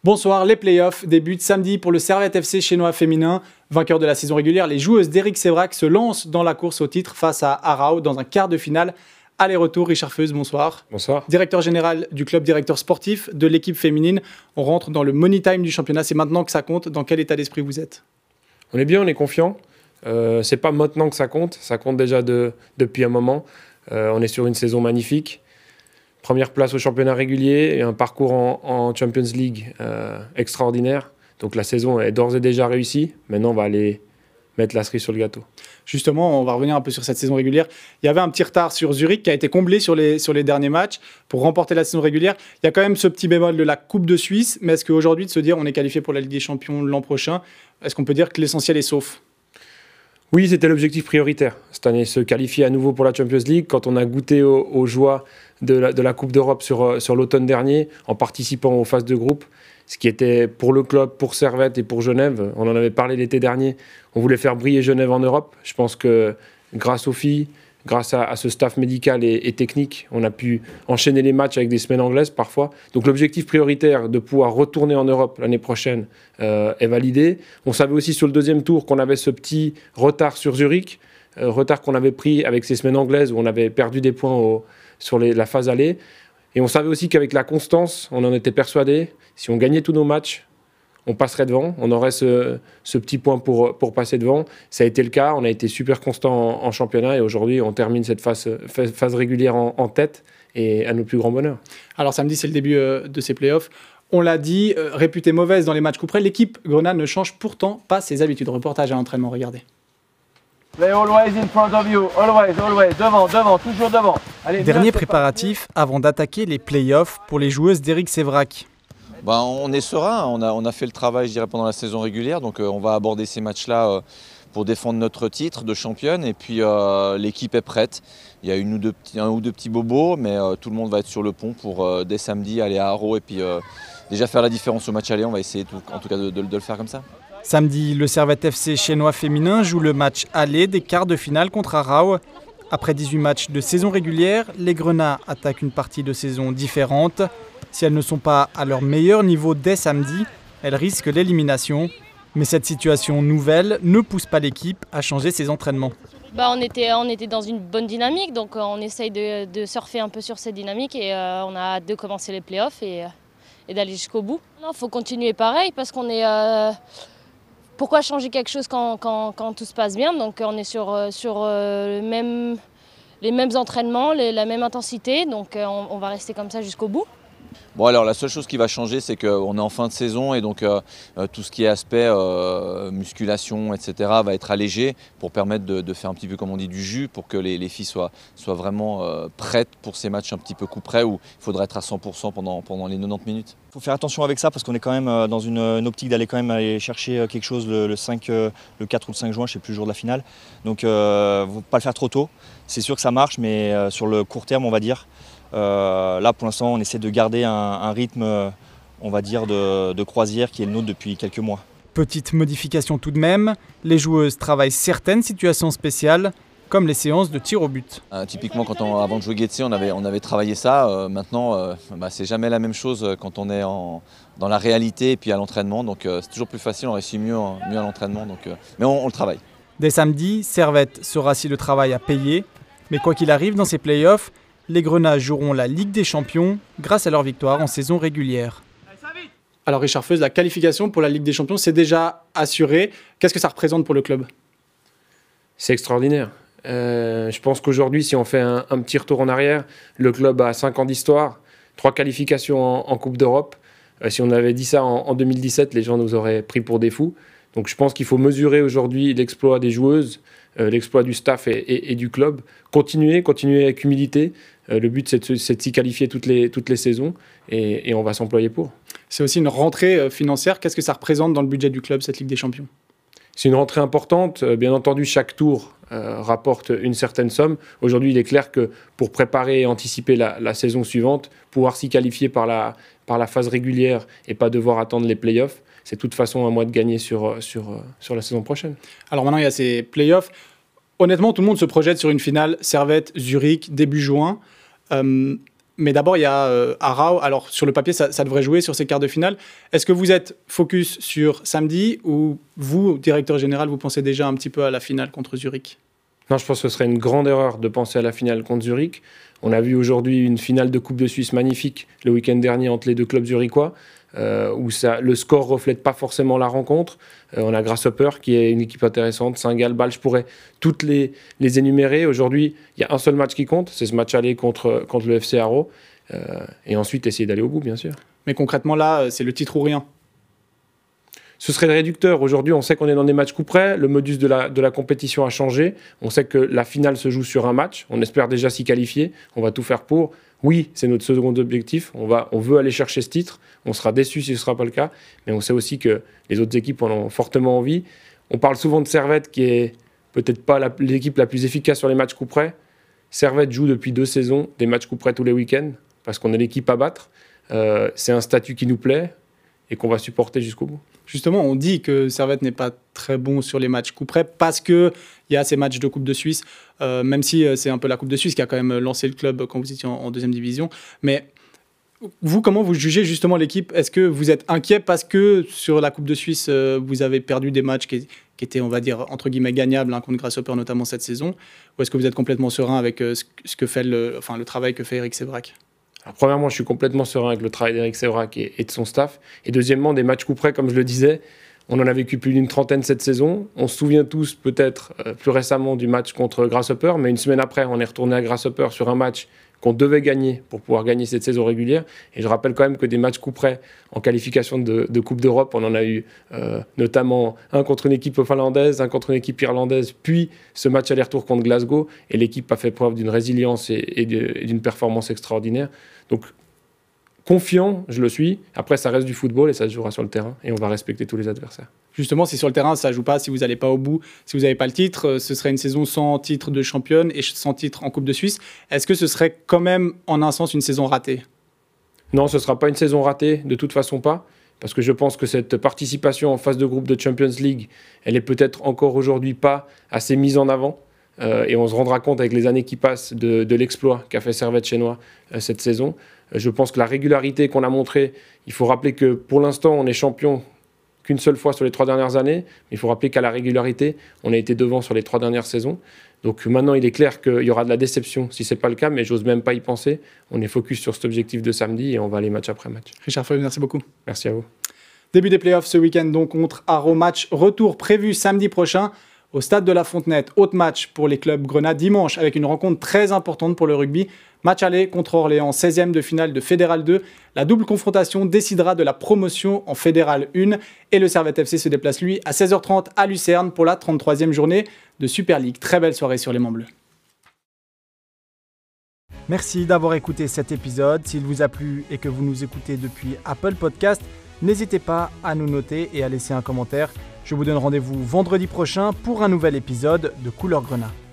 Bonsoir, les playoffs débutent samedi pour le Servette FC chinois féminin. Vainqueur de la saison régulière, les joueuses d'Éric Sévrac se lancent dans la course au titre face à Arao dans un quart de finale. Aller-retour, Richard Feuz, bonsoir. Bonsoir. Directeur général du club, directeur sportif de l'équipe féminine. On rentre dans le money time du championnat, c'est maintenant que ça compte. Dans quel état d'esprit vous êtes? On est bien, on est confiant. C'est pas maintenant que ça compte déjà depuis un moment. On est sur une saison magnifique. Première place au championnat régulier et un parcours en Champions League extraordinaire. Donc la saison est d'ores et déjà réussie. Maintenant, on va aller mettre la cerise sur le gâteau. Justement, on va revenir un peu sur cette saison régulière. Il y avait un petit retard sur Zurich qui a été comblé sur les derniers matchs pour remporter la saison régulière. Il y a quand même ce petit bémol de la Coupe de Suisse. Mais est-ce qu'aujourd'hui, de se dire on est qualifié pour la Ligue des Champions l'an prochain, est-ce qu'on peut dire que l'essentiel est sauf? Oui, c'était l'objectif prioritaire. Cette année, se qualifier à nouveau pour la Champions League. Quand on a goûté aux joies de la Coupe d'Europe sur l'automne dernier, en participant aux phases de groupe, ce qui était pour le club, pour Servette et pour Genève, on en avait parlé l'été dernier, on voulait faire briller Genève en Europe. Je pense que grâce aux filles, grâce à ce staff médical et technique, on a pu enchaîner les matchs avec des semaines anglaises parfois. Donc l'objectif prioritaire de pouvoir retourner en Europe l'année prochaine est validé. On savait aussi sur le deuxième tour qu'on avait ce petit retard sur Zurich, retard qu'on avait pris avec ces semaines anglaises où on avait perdu des points sur la phase aller. Et on savait aussi qu'avec la constance, on en était persuadé, si on gagnait tous nos matchs, on passerait devant, on aurait ce petit point pour passer devant. Ça a été le cas, on a été super constant en championnat et aujourd'hui on termine cette phase régulière en tête et à notre plus grand bonheur. Alors samedi c'est le début de ces playoffs. On l'a dit, réputée mauvaise dans les matchs couperets, l'équipe Grenade ne change pourtant pas ses habitudes. Reportage à l'entraînement, regardez. Play always in front of you, always, devant, toujours devant. Allez, dernier préparatif avant d'attaquer les playoffs pour les joueuses d'Éric Sévrac. On est serein, on a fait le travail je dirais, pendant la saison régulière, donc on va aborder ces matchs-là pour défendre notre titre de championne et puis l'équipe est prête. Il y a un ou deux petits bobos, mais tout le monde va être sur le pont pour dès samedi aller à Arao et puis déjà faire la différence au match aller, on va essayer en tout cas de le faire comme ça. Samedi, le Servette FC chinois féminin joue le match aller des quarts de finale contre Arao. Après 18 matchs de saison régulière, les Grenats attaquent une partie de saison différente. Si elles ne sont pas à leur meilleur niveau dès samedi, elles risquent l'élimination. Mais cette situation nouvelle ne pousse pas l'équipe à changer ses entraînements. On était dans une bonne dynamique, donc on essaye de surfer un peu sur cette dynamique et on a hâte de commencer les playoffs et d'aller jusqu'au bout. Il faut continuer pareil parce qu'on est... Pourquoi changer quelque chose quand tout se passe bien? Donc on est sur les mêmes entraînements, la même intensité, donc on va rester comme ça jusqu'au bout. Bon alors la seule chose qui va changer c'est qu'on est en fin de saison et donc tout ce qui est aspect musculation etc. va être allégé pour permettre de faire un petit peu comme on dit du jus pour que les filles soient vraiment prêtes pour ces matchs un petit peu coup près où il faudra être à 100% pendant les 90 minutes. Il faut faire attention avec ça parce qu'on est quand même dans une optique d'aller quand même aller chercher quelque chose le 4 ou le 5 juin, je ne sais plus le jour de la finale. Donc il ne faut pas le faire trop tôt. C'est sûr que ça marche mais sur le court terme on va dire. Là pour l'instant on essaie de garder un rythme on va dire de croisière qui est le nôtre depuis quelques mois. Petite modification tout de même, les joueuses travaillent certaines situations spéciales comme les séances de tir au but. Typiquement avant de jouer Getse on avait travaillé ça, maintenant c'est jamais la même chose quand on est dans la réalité et puis à l'entraînement donc c'est toujours plus facile, on réussit mieux à l'entraînement mais on le travaille. Dès samedi, Servette saura si le travail a payé, mais quoi qu'il arrive dans ces playoffs, les Grenats joueront la Ligue des Champions grâce à leur victoire en saison régulière. Alors Richard Feuz, la qualification pour la Ligue des Champions, c'est déjà assuré. Qu'est-ce que ça représente pour le club? C'est extraordinaire. Je pense qu'aujourd'hui, si on fait un petit retour en arrière, le club a 5 ans d'histoire, 3 qualifications en Coupe d'Europe. Si on avait dit ça en 2017, les gens nous auraient pris pour des fous. Donc je pense qu'il faut mesurer aujourd'hui l'exploit des joueuses, l'exploit du staff et du club. Continuer avec humilité. Le but, c'est de s'y qualifier toutes les saisons et on va s'employer pour. C'est aussi une rentrée financière. Qu'est-ce que ça représente dans le budget du club, cette Ligue des Champions? C'est une rentrée importante. Bien entendu, chaque tour rapporte une certaine somme. Aujourd'hui, il est clair que pour préparer et anticiper la saison suivante, pouvoir s'y qualifier par la phase régulière et pas devoir attendre les playoffs, c'est de toute façon un mois de gagner sur la saison prochaine. Alors maintenant, il y a ces playoffs. Honnêtement, tout le monde se projette sur une finale Servette-Zurich début juin. Mais d'abord, il y a Arau. Alors, sur le papier, ça devrait jouer sur ces quarts de finale. Est-ce que vous êtes focus sur samedi ou vous, directeur général, vous pensez déjà un petit peu à la finale contre Zurich ? Non, je pense que ce serait une grande erreur de penser à la finale contre Zurich. On a vu aujourd'hui une finale de Coupe de Suisse magnifique le week-end dernier entre les deux clubs zurichois, où le score ne reflète pas forcément la rencontre. On a Grasshopper qui est une équipe intéressante, Saint-Gall, Bâle, je pourrais toutes les énumérer. Aujourd'hui, il y a un seul match qui compte, c'est ce match aller contre le FC Arau. Et ensuite, essayer d'aller au bout, bien sûr. Mais concrètement, là, c'est le titre ou rien. Ce serait réducteur. Aujourd'hui, on sait qu'on est dans des matchs coup près. Le modus de la compétition a changé. On sait que la finale se joue sur un match. On espère déjà s'y qualifier. On va tout faire pour. Oui, c'est notre second objectif. On veut aller chercher ce titre. On sera déçu si ce ne sera pas le cas. Mais on sait aussi que les autres équipes en ont fortement envie. On parle souvent de Servette, qui est peut-être pas l'équipe la plus efficace sur les matchs coup près. Servette joue depuis 2 saisons des matchs coup près tous les week-ends parce qu'on est l'équipe à battre. C'est un statut qui nous plaît et qu'on va supporter jusqu'au bout. Justement, on dit que Servette n'est pas très bon sur les matchs coup près parce qu'il y a ces matchs de Coupe de Suisse, même si c'est un peu la Coupe de Suisse qui a quand même lancé le club quand vous étiez en deuxième division. Mais vous, comment vous jugez justement l'équipe ? Est-ce que vous êtes inquiet parce que sur la Coupe de Suisse, vous avez perdu des matchs qui étaient, on va dire, entre guillemets gagnables, contre Grasshopper notamment cette saison ? Ou est-ce que vous êtes complètement serein avec ce que fait le travail que fait Eric Sévrac ? Alors, premièrement, je suis complètement serein avec le travail d'Eric Sévrac et de son staff. Et deuxièmement, des matchs coup près, comme je le disais, on en a vécu plus d'une trentaine cette saison. On se souvient tous peut-être plus récemment du match contre Grasshopper, mais une semaine après, on est retourné à Grasshopper sur un match qu'on devait gagner pour pouvoir gagner cette saison régulière. Et je rappelle quand même que des matchs coup près en qualification de Coupe d'Europe, on en a eu notamment un contre une équipe finlandaise, un contre une équipe irlandaise, puis ce match aller-retour contre Glasgow. Et l'équipe a fait preuve d'une résilience et d'une performance extraordinaire. Donc, confiant, je le suis. Après, ça reste du football et ça se jouera sur le terrain. Et on va respecter tous les adversaires. Justement, si sur le terrain, ça ne joue pas, si vous n'allez pas au bout, si vous n'avez pas le titre, ce serait une saison sans titre de championne et sans titre en Coupe de Suisse. Est-ce que ce serait quand même, en un sens, une saison ratée ? Non, ce ne sera pas une saison ratée, de toute façon pas. Parce que je pense que cette participation en phase de groupe de Champions League, elle est peut-être encore aujourd'hui pas assez mise en avant. Et on se rendra compte avec les années qui passent de l'exploit qu'a fait Servette Chénois cette saison. Je pense que la régularité qu'on a montrée, il faut rappeler que pour l'instant, on est champion qu'une seule fois sur les 3 dernières années. Mais il faut rappeler qu'à la régularité, on a été devant sur les 3 dernières saisons. Donc maintenant, il est clair qu'il y aura de la déception si ce n'est pas le cas, mais j'ose même pas y penser. On est focus sur cet objectif de samedi et on va aller match après match. Richard Feuille, merci beaucoup. Merci à vous. Début des playoffs ce week-end donc contre Arau. Match retour prévu samedi prochain au stade de la Fontenette. Autre match pour les clubs grenats dimanche avec une rencontre très importante pour le rugby. Match aller contre Orléans, 16e de finale de Fédéral 2. La double confrontation décidera de la promotion en Fédéral 1. Et le Servette FC se déplace, lui, à 16h30 à Lucerne pour la 33e journée de Super League. Très belle soirée sur les Mans Bleus. Merci d'avoir écouté cet épisode. S'il vous a plu et que vous nous écoutez depuis Apple Podcast, n'hésitez pas à nous noter et à laisser un commentaire. Je vous donne rendez-vous vendredi prochain pour un nouvel épisode de Couleur Grenat.